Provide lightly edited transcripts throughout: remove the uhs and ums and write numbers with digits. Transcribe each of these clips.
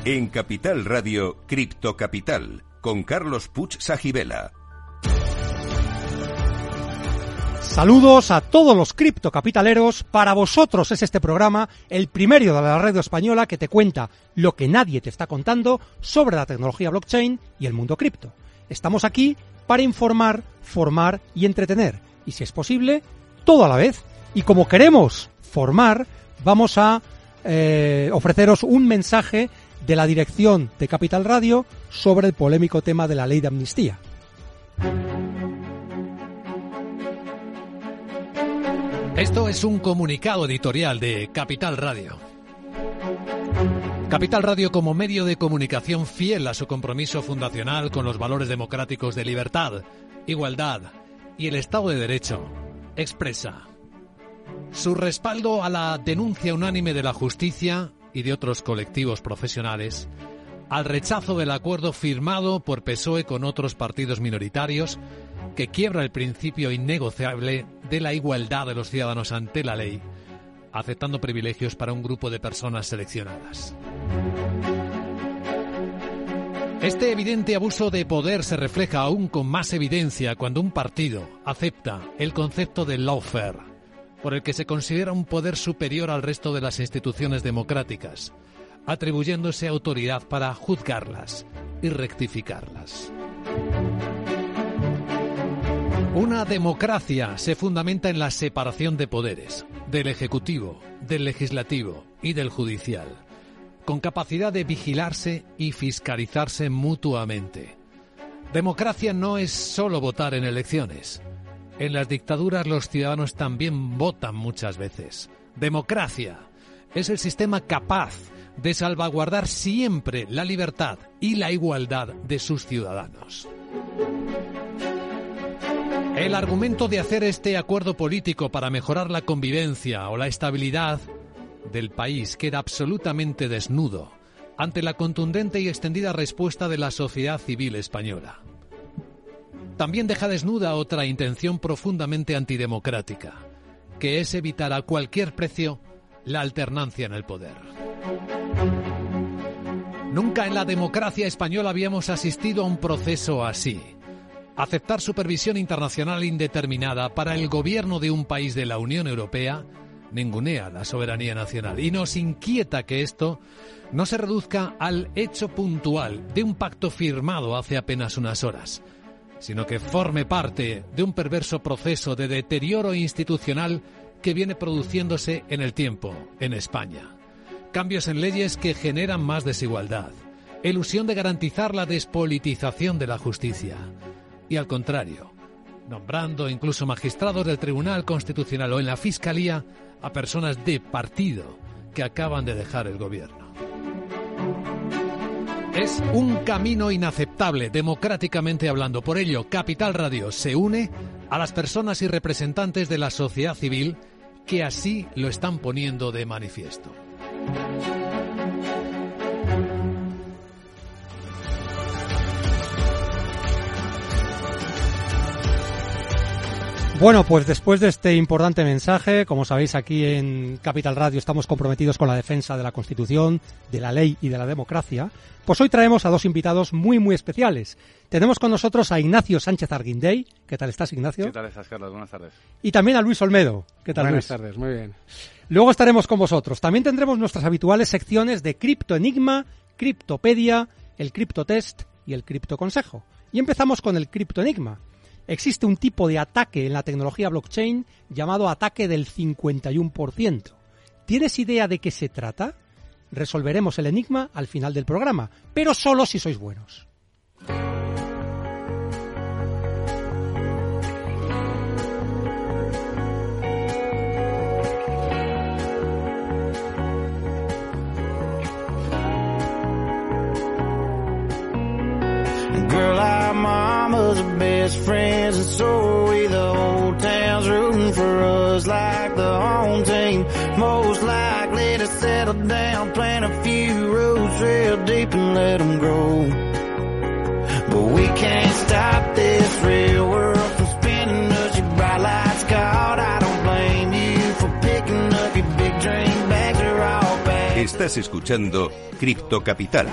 En Capital Radio, Cripto Capital, con Carlos Puig Sajibela. Saludos a todos los criptocapitaleros. Para vosotros es este programa el primero de la radio española que te cuenta lo que nadie te está contando sobre la tecnología blockchain y el mundo cripto. Estamos aquí para informar, formar y entretener. Y si es posible, todo a la vez. Y como queremos formar, vamos a ofreceros un mensaje de la dirección de Capital Radio sobre el polémico tema de la ley de amnistía. Esto es un comunicado editorial de Capital Radio. Capital Radio, como medio de comunicación fiel a su compromiso fundacional con los valores democráticos de libertad, igualdad y el Estado de Derecho, expresa su respaldo a la denuncia unánime de la justicia y de otros colectivos profesionales al rechazo del acuerdo firmado por PSOE con otros partidos minoritarios que quiebra el principio innegociable de la igualdad de los ciudadanos ante la ley, aceptando privilegios para un grupo de personas seleccionadas. Este evidente abuso de poder se refleja aún con más evidencia cuando un partido acepta el concepto de lawfare, por el que se considera un poder superior al resto de las instituciones democráticas, atribuyéndose autoridad para juzgarlas y rectificarlas. Una democracia se fundamenta en la separación de poderes, del Ejecutivo, del Legislativo y del Judicial, con capacidad de vigilarse y fiscalizarse mutuamente. Democracia no es solo votar en elecciones. En las dictaduras los ciudadanos también votan muchas veces. Democracia es el sistema capaz de salvaguardar siempre la libertad y la igualdad de sus ciudadanos. El argumento de hacer este acuerdo político para mejorar la convivencia o la estabilidad del país queda absolutamente desnudo ante la contundente y extendida respuesta de la sociedad civil española. También deja desnuda otra intención profundamente antidemocrática, que es evitar a cualquier precio la alternancia en el poder. Nunca en la democracia española habíamos asistido a un proceso así. Aceptar supervisión internacional indeterminada para el gobierno de un país de la Unión Europea ningunea la soberanía nacional y nos inquieta que esto no se reduzca al hecho puntual de un pacto firmado hace apenas unas horas, sino que forme parte de un perverso proceso de deterioro institucional que viene produciéndose en el tiempo en España. Cambios en leyes que generan más desigualdad, ilusión de garantizar la despolitización de la justicia y, al contrario, nombrando incluso magistrados del Tribunal Constitucional o en la Fiscalía a personas de partido que acaban de dejar el gobierno. Es un camino inaceptable, democráticamente hablando. Por ello, Capital Radio se une a las personas y representantes de la sociedad civil que así lo están poniendo de manifiesto. Bueno, pues después de este importante mensaje, como sabéis, aquí en Capital Radio estamos comprometidos con la defensa de la Constitución, de la ley y de la democracia. Pues hoy traemos a dos invitados muy, muy especiales. Tenemos con nosotros a Ignacio Sánchez Arguindey. ¿Qué tal estás, Ignacio? ¿Qué tal estás, Carlos? Buenas tardes. Y también a Luis Olmedo. ¿Qué tal, Buenas Luis? tardes, muy bien. Luego estaremos con vosotros. También tendremos nuestras habituales secciones de Cripto Enigma, Criptopedia, el Criptotest y el Criptoconsejo. Y empezamos con el Cripto Enigma. Existe un tipo de ataque en la tecnología blockchain llamado ataque del 51%. ¿Tienes idea de qué se trata? Resolveremos el enigma al final del programa, pero solo si sois buenos. Girl, our mama's the best friends, and so are we. The whole town's rooting for us like the home team. Most likely to settle down, plant a few roots real deep and let them grow. But we can't stop this real world from spinning us. Your bright lights caught, I don't blame you for picking up your big dream bags are all back. Estás escuchando Cripto Capital.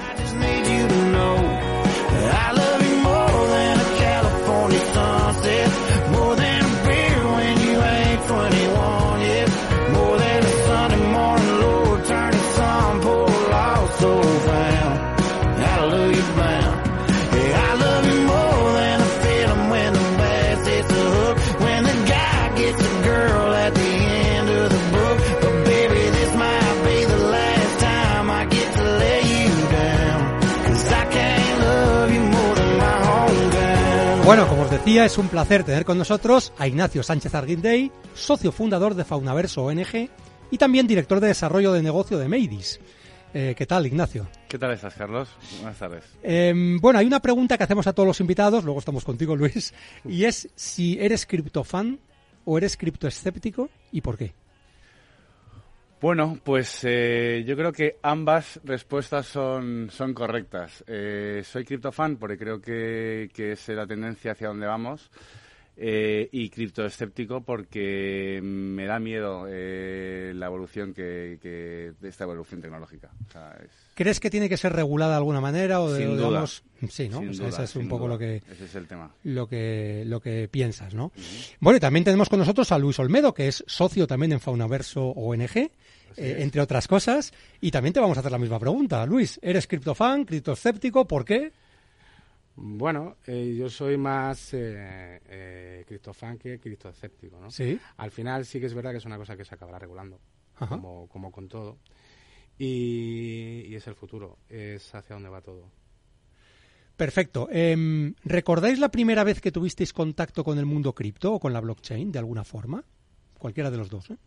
Bueno, como os decía, es un placer tener con nosotros a Ignacio Sánchez Arguindey, socio fundador de Faunaverso ONG y también director de desarrollo de negocio de Meidis. ¿Qué tal, Ignacio? ¿Qué tal estás, Carlos? Buenas tardes. Bueno, hay una pregunta que hacemos a todos los invitados, luego estamos contigo, Luis, y es si eres criptofan o eres criptoescéptico y por qué. Bueno, pues yo creo que ambas respuestas son correctas. Soy criptofan porque creo que es la tendencia hacia donde vamos. Y criptoescéptico porque me da miedo la evolución de esta evolución tecnológica. O sea, ¿Crees que tiene que ser regulada de alguna manera? O sin duda. Digamos, sí, ¿no? Sin o sea, duda, ese es un poco duda. lo que... Ese es el tema. Lo que piensas, ¿no? Bueno, y también tenemos con nosotros a Luis Olmedo, que es socio también en Faunaverso ONG, entre otras cosas, y también te vamos a hacer la misma pregunta. Luis, ¿eres criptofan, criptoescéptico? ¿Por qué? Bueno, yo soy más criptofan que criptoescéptico, ¿no? Sí. Al final sí que es verdad que es una cosa que se acabará regulando, Ajá. como con todo. Y es el futuro, es hacia dónde va todo. Perfecto. ¿Recordáis la primera vez que tuvisteis contacto con el mundo cripto o con la blockchain, de alguna forma? Cualquiera de los dos, ¿eh?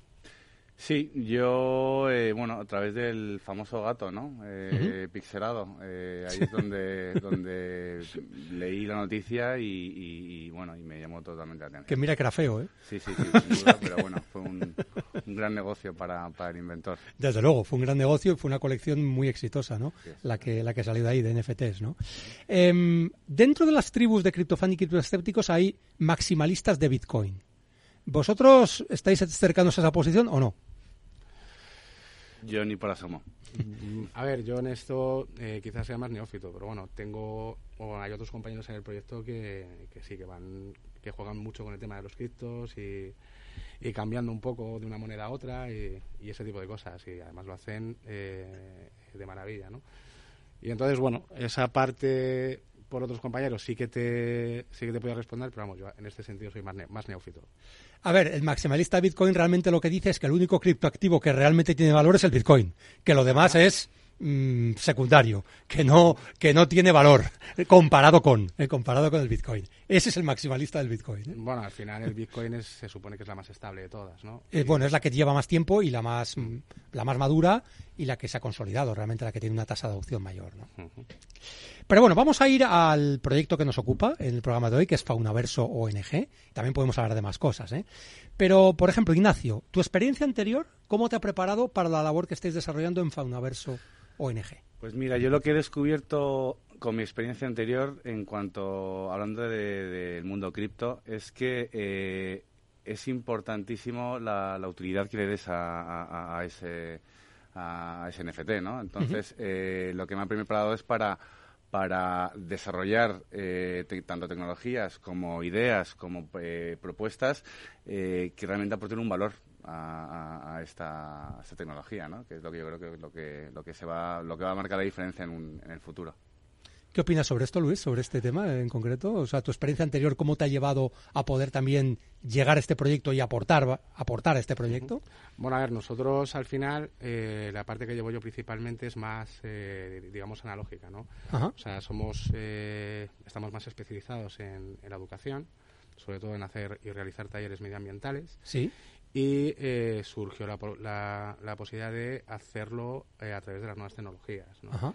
Sí, yo, a través del famoso gato, ¿no? Pixelado. Ahí es donde leí la noticia y me llamó totalmente la atención. Que mira que era feo, ¿eh? Sí, sin duda, pero bueno, fue un gran negocio para el inventor. Desde luego, fue un gran negocio y fue una colección muy exitosa, ¿no? Sí. La que salió de ahí, de NFTs, ¿no? Dentro de las tribus de criptofan y criptoescépticos hay maximalistas de Bitcoin. ¿Vosotros estáis cercanos a esa posición o no? Yo ni por asomo. A ver, yo en esto quizás sea más neófito, pero bueno, hay otros compañeros en el proyecto que sí, que juegan mucho con el tema de los criptos y cambiando un poco de una moneda a otra y ese tipo de cosas, y además lo hacen de maravilla, ¿no? Y entonces, bueno, esa parte por otros compañeros sí que te puedo responder, pero vamos, yo en este sentido soy más neófito. A ver, el maximalista Bitcoin realmente lo que dice es que el único criptoactivo que realmente tiene valor es el Bitcoin, que lo demás es secundario, que no tiene valor comparado con el Bitcoin. Ese es el maximalista del Bitcoin, ¿eh? Bueno, al final el Bitcoin se supone que es la más estable de todas, ¿no? Bueno, es la que lleva más tiempo y la más madura y la que se ha consolidado, realmente la que tiene una tasa de adopción mayor, ¿no? Uh-huh. Pero bueno, vamos a ir al proyecto que nos ocupa en el programa de hoy, que es Faunaverso ONG. También podemos hablar de más cosas, ¿eh? Pero, por ejemplo, Ignacio, tu experiencia anterior, ¿cómo te ha preparado para la labor que estáis desarrollando en Faunaverso ONG? Pues mira, yo lo que he descubierto con mi experiencia anterior hablando del mundo cripto, es que es importantísimo la utilidad que le des a ese NFT, ¿no? Entonces, lo que me ha preparado es para desarrollar tanto tecnologías como ideas, como propuestas que realmente aporten un valor a esta tecnología, ¿no? Que es lo que yo creo que lo que va a marcar la diferencia en el futuro. ¿Qué opinas sobre esto, Luis, sobre este tema en concreto? O sea, tu experiencia anterior, ¿cómo te ha llevado a poder también llegar a este proyecto y aportar a este proyecto? Bueno, a ver, nosotros al final, la parte que llevo yo principalmente es más, digamos, analógica, ¿no? Ajá. O sea, estamos más especializados en la educación, sobre todo en hacer y realizar talleres medioambientales. Sí. Y surgió la posibilidad de hacerlo a través de las nuevas tecnologías, ¿no? Ajá.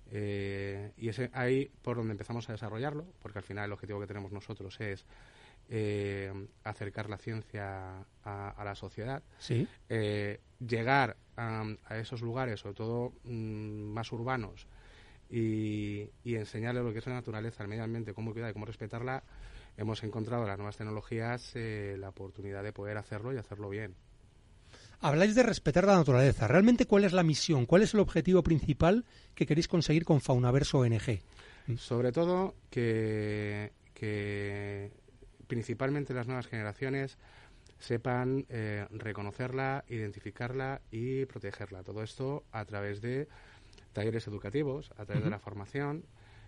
Y es ahí por donde empezamos a desarrollarlo, porque al final el objetivo que tenemos nosotros es acercar la ciencia a la sociedad, Sí. llegar a esos lugares, sobre todo más urbanos, y enseñarles lo que es la naturaleza, el medio ambiente, cómo cuidar y cómo respetarla. Hemos encontrado en las nuevas tecnologías la oportunidad de poder hacerlo y hacerlo bien. Habláis de respetar la naturaleza. ¿Realmente cuál es la misión? ¿Cuál es el objetivo principal que queréis conseguir con Faunaverso ONG? Sobre todo que principalmente las nuevas generaciones sepan reconocerla, identificarla y protegerla. Todo esto a través de talleres educativos, a través de la formación.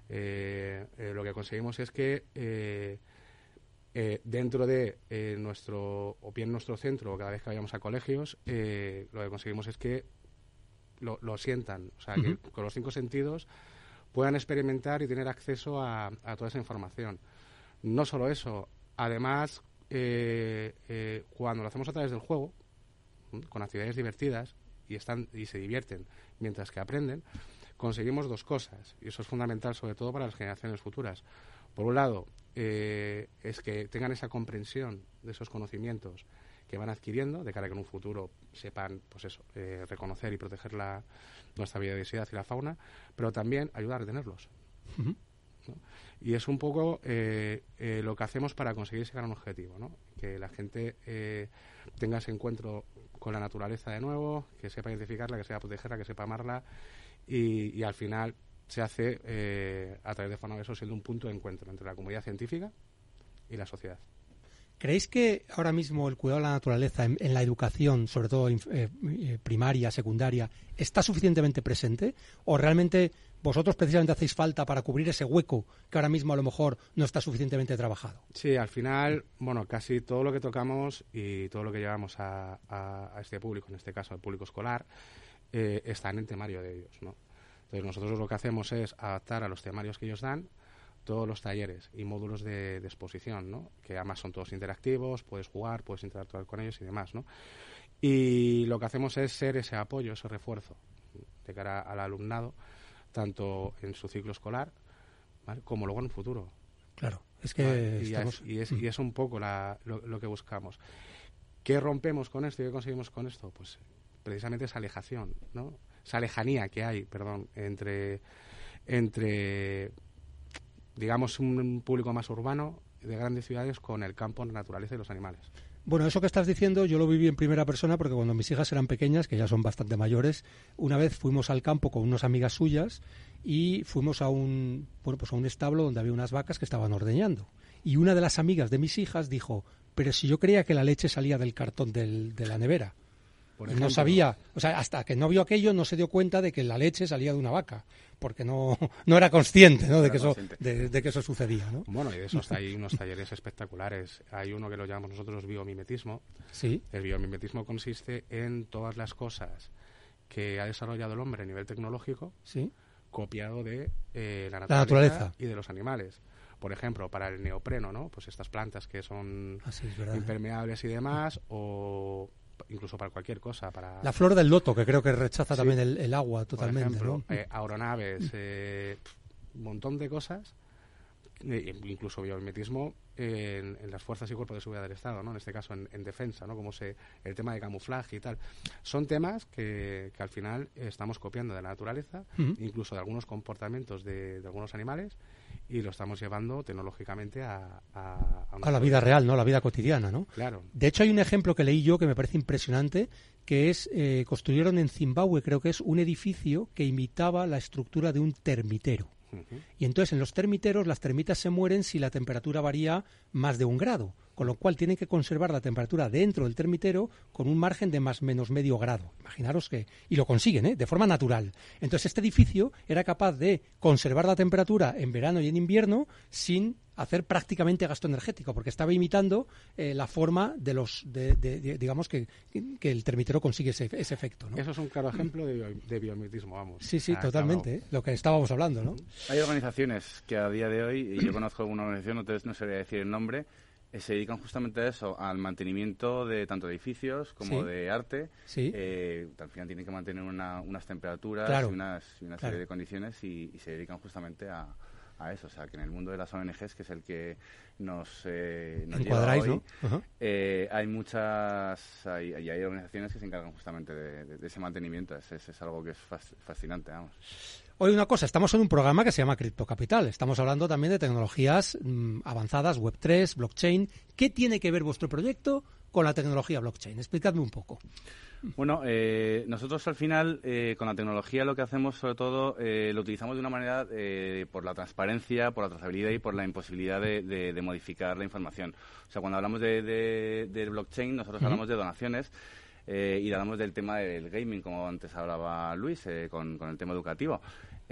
Lo que conseguimos es que dentro de nuestro centro, o cada vez que vayamos a colegios, lo que conseguimos es que lo sientan, o sea, que con los 5 sentidos puedan experimentar y tener acceso a toda esa información. No solo eso, además, cuando lo hacemos a través del juego, con actividades divertidas, y se divierten mientras que aprenden, conseguimos 2 cosas, y eso es fundamental sobre todo para las generaciones futuras. Por un lado, es que tengan esa comprensión de esos conocimientos que van adquiriendo, de cara a que en un futuro sepan, pues eso, reconocer y proteger nuestra biodiversidad y la fauna, pero también ayudar a retenerlos. ¿No? Y es un poco lo que hacemos para conseguir ese gran objetivo, ¿no? Que la gente tenga ese encuentro con la naturaleza de nuevo, que sepa identificarla, que sepa protegerla, que sepa amarla, y al final se hace a través de Faunaverso siendo un punto de encuentro entre la comunidad científica y la sociedad. ¿Creéis que ahora mismo el cuidado de la naturaleza en la educación, sobre todo primaria, secundaria, está suficientemente presente? ¿O realmente vosotros precisamente hacéis falta para cubrir ese hueco que ahora mismo a lo mejor no está suficientemente trabajado? Sí, al final, bueno, casi todo lo que tocamos y todo lo que llevamos a este público, en este caso al público escolar, está en el temario de ellos, ¿no? Entonces nosotros lo que hacemos es adaptar a los temarios que ellos dan todos los talleres y módulos de exposición, ¿no? Que además son todos interactivos, puedes jugar, puedes interactuar con ellos y demás, ¿no? Y lo que hacemos es ser ese apoyo, ese refuerzo de cara al alumnado, tanto en su ciclo escolar, ¿vale?, como luego en un futuro. Claro, es que ¿vale? Y es un poco lo que buscamos. ¿Qué rompemos con esto y qué conseguimos con esto? Pues precisamente esa alejación, ¿no? Esa lejanía que hay, entre digamos, un público más urbano de grandes ciudades con el campo, la naturaleza y los animales. Bueno, eso que estás diciendo yo lo viví en primera persona porque cuando mis hijas eran pequeñas, que ya son bastante mayores, una vez fuimos al campo con unas amigas suyas y fuimos a un establo donde había unas vacas que estaban ordeñando. Y una de las amigas de mis hijas dijo, pero si yo creía que la leche salía del cartón de la nevera. Y no sabía, o sea, hasta que no vio aquello no se dio cuenta de que la leche salía de una vaca, porque no era consciente, ¿no?, de que eso sucedía, ¿no? Bueno, y de eso hay unos talleres espectaculares. Hay uno que lo llamamos nosotros biomimetismo. Sí. El biomimetismo consiste en todas las cosas que ha desarrollado el hombre a nivel tecnológico, sí, copiado de la naturaleza y de los animales. Por ejemplo, para el neopreno, ¿no? Pues estas plantas que son impermeables y demás, o incluso para cualquier cosa. Para la flor del loto, que creo que rechaza también el agua totalmente. Por ejemplo, ¿no? Aeronaves, un montón de cosas, incluso biomimetismo en las fuerzas y cuerpos de seguridad del Estado, ¿no? En este caso en defensa, ¿no? Como el tema de camuflaje y tal. Son temas que al final estamos copiando de la naturaleza, incluso de algunos comportamientos de algunos animales, y lo estamos llevando tecnológicamente a la vida real, ¿no? La vida cotidiana, ¿no? Claro. De hecho, hay un ejemplo que leí yo que me parece impresionante, que es, construyeron en Zimbabue, creo que es, un edificio que imitaba la estructura de un termitero. Y entonces en los termiteros las termitas se mueren si la temperatura varía más de 1 grado, con lo cual tienen que conservar la temperatura dentro del termitero con un margen de más menos medio grado. Imaginaros que... Y lo consiguen, de forma natural. Entonces este edificio era capaz de conservar la temperatura en verano y en invierno sin hacer prácticamente gasto energético, porque estaba imitando la forma digamos que el termitero consigue ese efecto, ¿no? Eso es un claro ejemplo de biomimetismo, vamos. Sí, totalmente, lo que estábamos hablando, ¿no? Hay organizaciones que a día de hoy, y yo conozco una organización, entonces no sabría decir el nombre, se dedican justamente a eso, al mantenimiento de tanto de edificios como de arte. Sí. Al final tienen que mantener unas temperaturas y una serie de condiciones y se dedican justamente a eso, o sea, que en el mundo de las ONGs, que es el que nos lleva hoy, ¿no? Uh-huh. hay organizaciones que se encargan justamente de ese mantenimiento. Es algo que es fascinante, vamos. Oye, una cosa, estamos en un programa que se llama Cripto Capital. Estamos hablando también de tecnologías avanzadas, Web3, blockchain. ¿Qué tiene que ver vuestro proyecto con la tecnología blockchain? Explicadme un poco. Bueno, nosotros al final con la tecnología lo que hacemos sobre todo lo utilizamos de una manera por la transparencia, por la trazabilidad y por la imposibilidad de modificar la información. O sea, cuando hablamos de blockchain nosotros hablamos de donaciones y hablamos del tema del gaming, como antes hablaba Luis, con el tema educativo.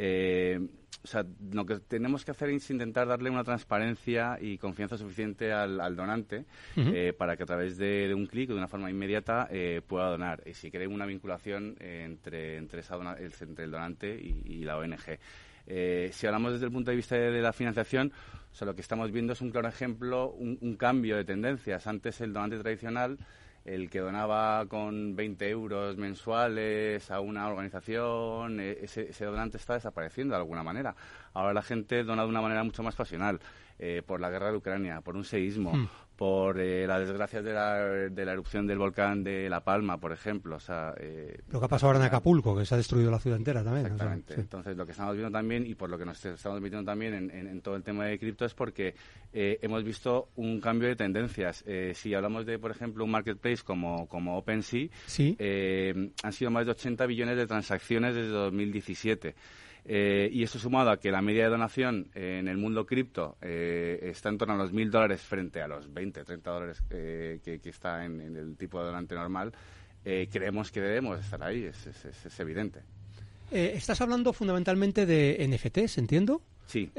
O sea, lo que tenemos que hacer es intentar darle una transparencia y confianza suficiente al donante para que a través de un clic, de una forma inmediata, pueda donar. Y si crea una vinculación entre el donante y la ONG. Si hablamos desde el punto de vista de la financiación, o sea, lo que estamos viendo es un claro ejemplo, un cambio de tendencias. Antes el donante tradicional, el que donaba con 20 euros mensuales a una organización, ese donante está desapareciendo de alguna manera. Ahora la gente dona de una manera mucho más pasional, por la guerra de Ucrania, por un seísmo, por las desgracias de la erupción del volcán de La Palma, por ejemplo. O sea, lo que ha pasado ahora en Acapulco, que se ha destruido la ciudad entera también. Exactamente. O sea, sí. Entonces, lo que estamos viendo también, y por lo que nos estamos metiendo también en todo el tema de cripto, es porque hemos visto un cambio de tendencias. Si hablamos de, por ejemplo, un marketplace como OpenSea, ¿sí? Han sido más de 80 billones de transacciones desde 2017. Y eso sumado a que la media de donación en el mundo cripto está en torno a los $1.000 frente a los 20, 30 dólares que está en el tipo de donante normal, creemos que debemos estar ahí, es evidente. Estás hablando fundamentalmente de NFTs, ¿entiendo? Sí.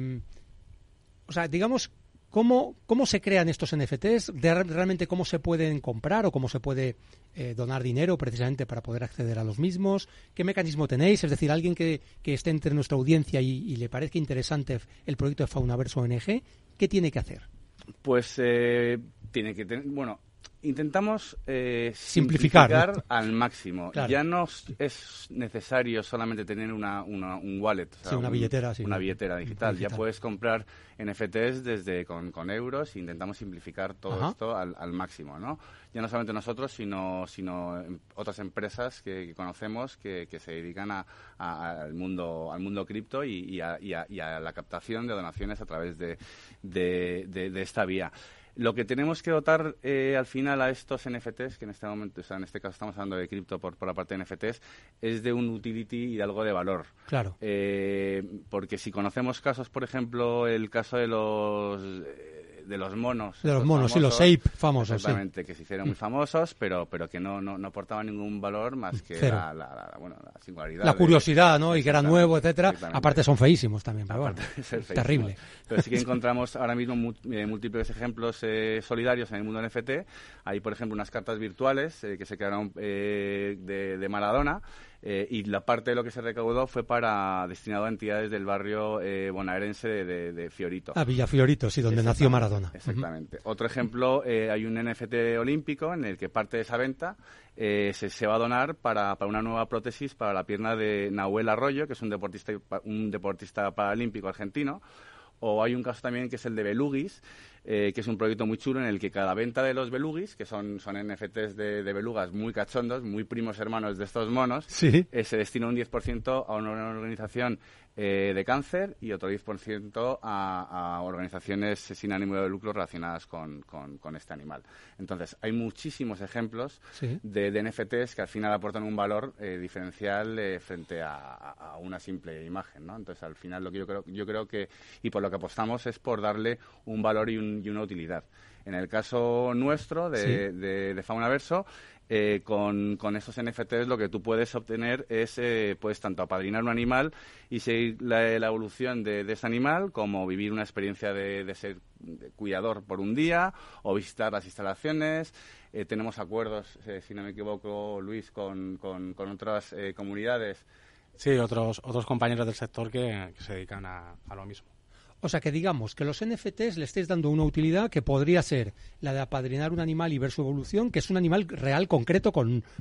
O sea, digamos, ¿cómo se crean estos NFTs? ¿Realmente cómo se pueden comprar o cómo se puede donar dinero precisamente para poder acceder a los mismos? ¿Qué mecanismo tenéis? Es decir, alguien que esté entre nuestra audiencia y le parezca interesante el proyecto de Faunaverso ONG, ¿qué tiene que hacer? Pues tiene que tener... Bueno, intentamos simplificar al máximo. Claro. Ya no es necesario solamente tener un wallet, o sea, sí, una billetera digital. Ya puedes comprar NFTs desde con euros. Intentamos simplificar todo esto al máximo, ¿no? Ya no solamente nosotros, sino otras empresas que conocemos que se dedican al mundo cripto y a la captación de donaciones a través de esta vía. Lo que tenemos que dotar al final a estos NFTs, que en este momento, o sea, en este caso estamos hablando de cripto por la parte de NFTs, es de un utility y de algo de valor. Claro. Porque si conocemos casos, por ejemplo, el caso de los monos. De los monos, famosos, sí, los ape famosos. Exactamente, sí. Que se hicieron muy famosos, pero que no aportaban ningún valor más que la singularidad. La curiosidad, ¿no? Y que era nuevo, etcétera. Aparte son feísimos también, pero bueno, terrible. Pero sí que encontramos ahora mismo múltiples ejemplos solidarios en el mundo NFT. Hay, por ejemplo, unas cartas virtuales que se crearon de Maradona. Y la parte de lo que se recaudó fue destinado a entidades del barrio bonaerense de Fiorito. Villa Fiorito, sí, donde nació Maradona. Exactamente. Otro ejemplo, hay un NFT olímpico en el que parte de esa venta se va a donar para una nueva prótesis para la pierna de Nahuel Arroyo, que es un deportista paralímpico argentino. O hay un caso también que es el de Belugis, que es un proyecto muy chulo en el que cada venta de los Belugis, que son NFTs de belugas muy cachondos, muy primos hermanos de estos monos, ¿sí? Se destina un 10% a una organización de cáncer y otro 10% a organizaciones sin ánimo de lucro relacionadas con este animal. Entonces, hay muchísimos ejemplos de NFTs que al final aportan un valor diferencial frente a una simple imagen, ¿no? Entonces, al final, lo que yo creo que, y por lo que apostamos, es por darle un valor y una utilidad. En el caso nuestro de Faunaverso, con estos NFTs lo que tú puedes obtener es puedes tanto apadrinar un animal y seguir la evolución de ese animal, como vivir una experiencia de ser cuidador por un día o visitar las instalaciones. Tenemos acuerdos, si no me equivoco, Luis, con otras comunidades. Sí, otros compañeros del sector que se dedican a lo mismo. O sea, que digamos que los NFTs le estáis dando una utilidad que podría ser la de apadrinar un animal y ver su evolución, que es un animal real, concreto,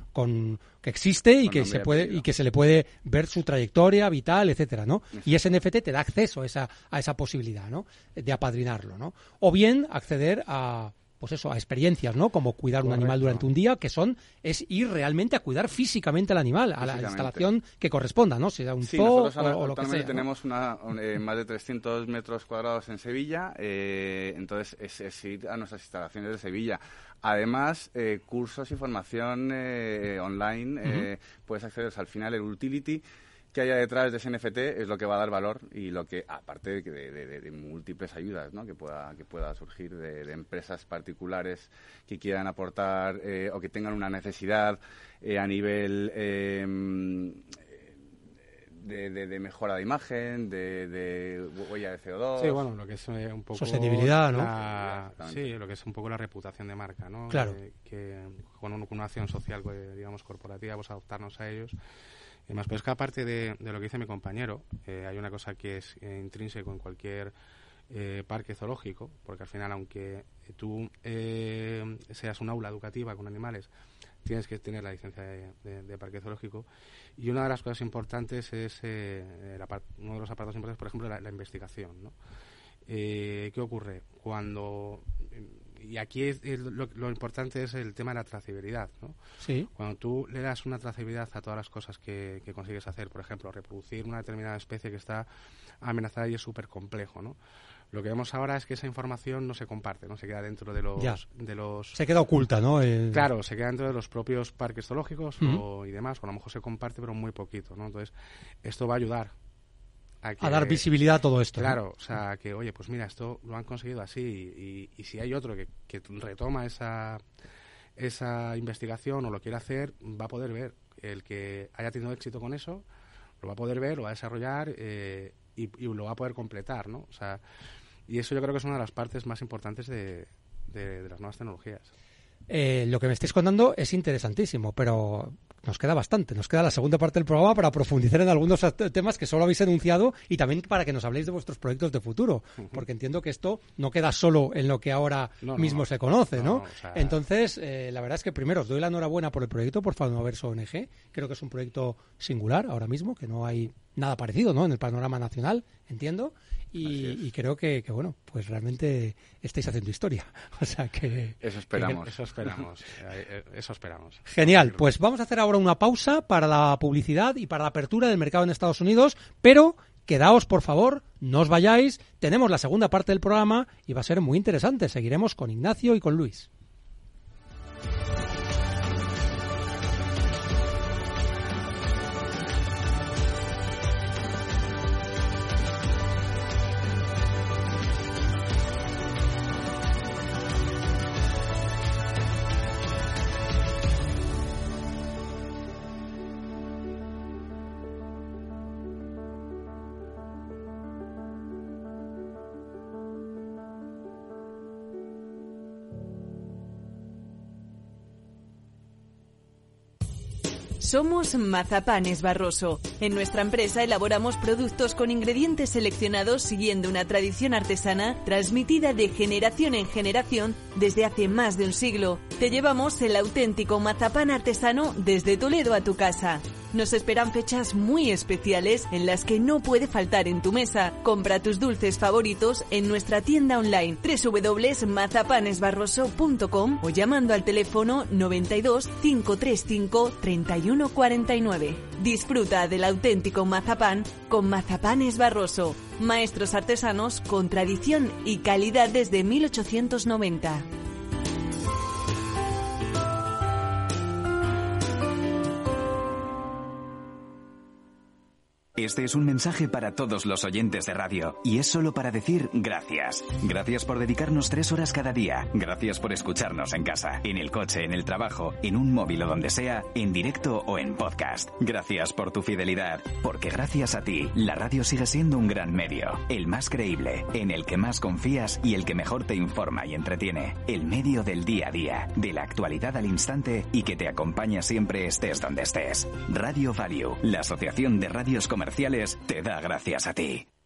que existe y que se le puede ver su trayectoria vital, etcétera, ¿no? Y ese NFT te da acceso a esa posibilidad, ¿no? De apadrinarlo, ¿no? O bien acceder a pues eso, a experiencias, ¿no? Como cuidar un animal durante un día, es ir realmente a cuidar físicamente al animal, a la instalación que corresponda, ¿no? Sea un zoo o lo que sea. Tenemos más de 300 metros cuadrados en Sevilla, entonces es ir a nuestras instalaciones de Sevilla. Además, cursos y formación online, puedes acceder al final, el utility que haya detrás de ese NFT es lo que va a dar valor y lo que, aparte de múltiples ayudas, ¿no? que pueda surgir de empresas particulares que quieran aportar o que tengan una necesidad a nivel de mejora de imagen, de huella de CO2. Sí, bueno, lo que es un poco... Sostenibilidad, ¿no? Sí, lo que es un poco la reputación de marca, ¿no? Claro. Que con una acción social, digamos, corporativa, pues adaptarnos a ellos. Y más, pero es que aparte de lo que dice mi compañero, hay una cosa que es intrínseco en cualquier parque zoológico, porque al final, aunque tú seas un aula educativa con animales, tienes que tener la licencia de parque zoológico. Y una de las cosas importantes es, uno de los apartados importantes, por ejemplo, la investigación, ¿no? ¿Qué ocurre? Y aquí lo importante es el tema de la trazabilidad, ¿no? Sí. Cuando tú le das una trazabilidad a todas las cosas que consigues hacer, por ejemplo, reproducir una determinada especie que está amenazada y es súper complejo, ¿no? Lo que vemos ahora es que esa información no se comparte, no se queda dentro de los... Se queda oculta, ¿no? Claro, se queda dentro de los propios parques zoológicos y demás, o a lo mejor se comparte, pero muy poquito, ¿no? Entonces, esto va a ayudar a dar visibilidad a todo esto. Claro, ¿no? O sea, que, oye, pues mira, esto lo han conseguido así, y si hay otro que retoma esa investigación o lo quiere hacer, va a poder ver. El que haya tenido éxito con eso, lo va a poder ver, lo va a desarrollar y lo va a poder completar, ¿no? O sea, y eso yo creo que es una de las partes más importantes de las nuevas tecnologías. Lo que me estáis contando es interesantísimo, pero nos queda bastante. Nos queda la segunda parte del programa para profundizar en algunos temas que solo habéis enunciado y también para que nos habléis de vuestros proyectos de futuro, porque entiendo que esto no queda solo en lo que ahora mismo se conoce, ¿no? O sea... Entonces, la verdad es que primero os doy la enhorabuena por el proyecto, por Fauna-Verso ONG. Creo que es un proyecto singular ahora mismo, que no hay nada parecido, ¿no? En el panorama nacional, entiendo. Y creo que, bueno, pues realmente estáis haciendo historia. O sea que... Eso esperamos. Eso esperamos. Genial. Pues vamos a hacer ahora una pausa para la publicidad y para la apertura del mercado en Estados Unidos, pero quedaos, por favor, no os vayáis. Tenemos la segunda parte del programa y va a ser muy interesante. Seguiremos con Ignacio y con Luis. Somos Mazapanes Barroso. En nuestra empresa elaboramos productos con ingredientes seleccionados siguiendo una tradición artesana transmitida de generación en generación desde hace más de un siglo. Te llevamos el auténtico mazapán artesano desde Toledo a tu casa. Nos esperan fechas muy especiales en las que no puede faltar en tu mesa. Compra tus dulces favoritos en nuestra tienda online www.mazapanesbarroso.com o llamando al teléfono 92 535 3149. Disfruta del auténtico mazapán con Mazapanes Barroso. Maestros artesanos con tradición y calidad desde 1890. Este es un mensaje para todos los oyentes de radio y es solo para decir gracias. Gracias por dedicarnos 3 horas cada día. Gracias por escucharnos en casa, en el coche, en el trabajo, en un móvil o donde sea, en directo o en podcast. Gracias por tu fidelidad, porque gracias a ti, la radio sigue siendo un gran medio, el más creíble, en el que más confías y el que mejor te informa y entretiene. El medio del día a día, de la actualidad al instante y que te acompaña siempre estés donde estés. Radio Value, la Asociación de Radios Comerciales, te da gracias a ti.